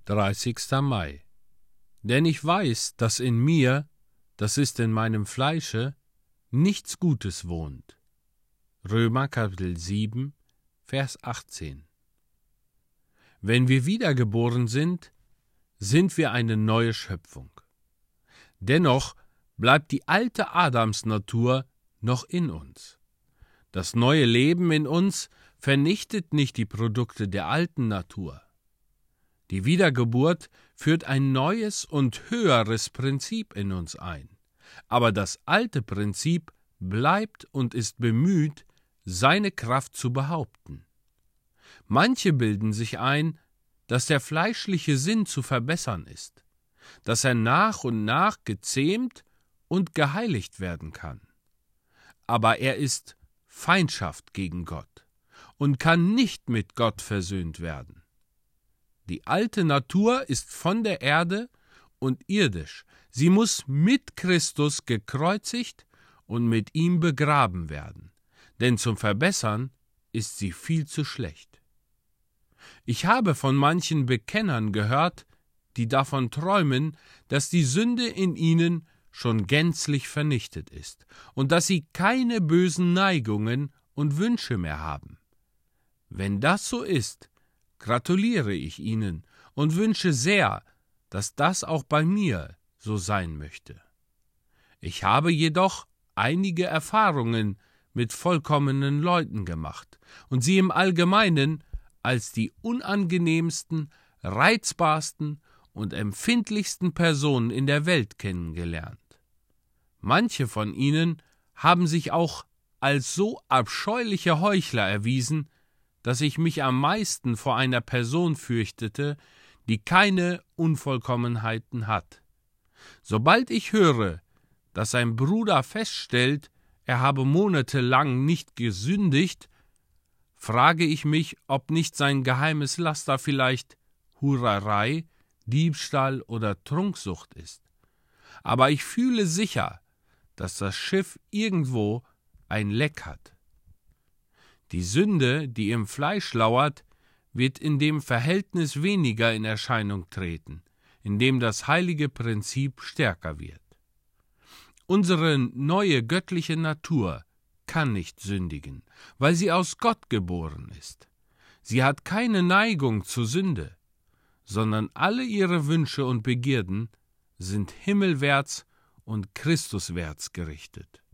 30. Mai. Denn ich weiß, dass in mir, das ist in meinem Fleische, nichts Gutes wohnt. Römer Kapitel 7, Vers 18. Wenn wir wiedergeboren sind, sind wir eine neue Schöpfung. Dennoch bleibt die alte Adamsnatur noch in uns. Das neue Leben in uns vernichtet nicht die Produkte der alten Natur. Die Wiedergeburt führt ein neues und höheres Prinzip in uns ein. Aber das alte Prinzip bleibt und ist bemüht, seine Kraft zu behaupten. Manche bilden sich ein, dass der fleischliche Sinn zu verbessern ist, dass er nach und nach gezähmt und geheiligt werden kann. Aber er ist Feindschaft gegen Gott und kann nicht mit Gott versöhnt werden. Die alte Natur ist von der Erde und irdisch. Sie muss mit Christus gekreuzigt und mit ihm begraben werden, denn zum Verbessern ist sie viel zu schlecht. Ich habe von manchen Bekennern gehört, die davon träumen, dass die Sünde in ihnen schon gänzlich vernichtet ist und dass sie keine bösen Neigungen und Wünsche mehr haben. Wenn das so ist, gratuliere ich Ihnen und wünsche sehr, dass das auch bei mir so sein möchte. Ich habe jedoch einige Erfahrungen mit vollkommenen Leuten gemacht und sie im Allgemeinen als die unangenehmsten, reizbarsten und empfindlichsten Personen in der Welt kennengelernt. Manche von ihnen haben sich auch als so abscheuliche Heuchler erwiesen, dass ich mich am meisten vor einer Person fürchtete, die keine Unvollkommenheiten hat. Sobald ich höre, dass ein Bruder feststellt, er habe monatelang nicht gesündigt, frage ich mich, ob nicht sein geheimes Laster vielleicht Hurerei, Diebstahl oder Trunksucht ist. Aber ich fühle sicher, dass das Schiff irgendwo ein Leck hat. Die Sünde, die im Fleisch lauert, wird in dem Verhältnis weniger in Erscheinung treten, in dem das heilige Prinzip stärker wird. Unsere neue göttliche Natur kann nicht sündigen, weil sie aus Gott geboren ist. Sie hat keine Neigung zur Sünde, sondern alle ihre Wünsche und Begierden sind himmelwärts und Christuswärts gerichtet.